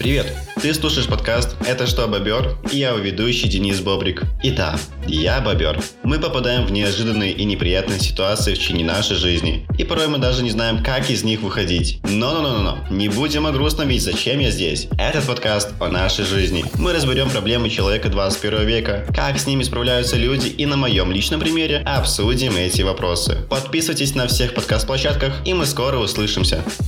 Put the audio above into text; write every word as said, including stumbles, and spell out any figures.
Привет! Ты слушаешь подкаст «Это что, бобер?» И я его ведущий Денис Бобрик. И да, я бобер. Мы попадаем в неожиданные и неприятные ситуации в течение нашей жизни. И порой мы даже не знаем, как из них выходить. Но-но-но-но, не будем о грустном, ведь зачем я здесь? Этот подкаст о нашей жизни. Мы разберем проблемы человека двадцать первого века, как с ними справляются люди, и на моем личном примере обсудим эти вопросы. Подписывайтесь на всех подкаст-площадках, и мы скоро услышимся.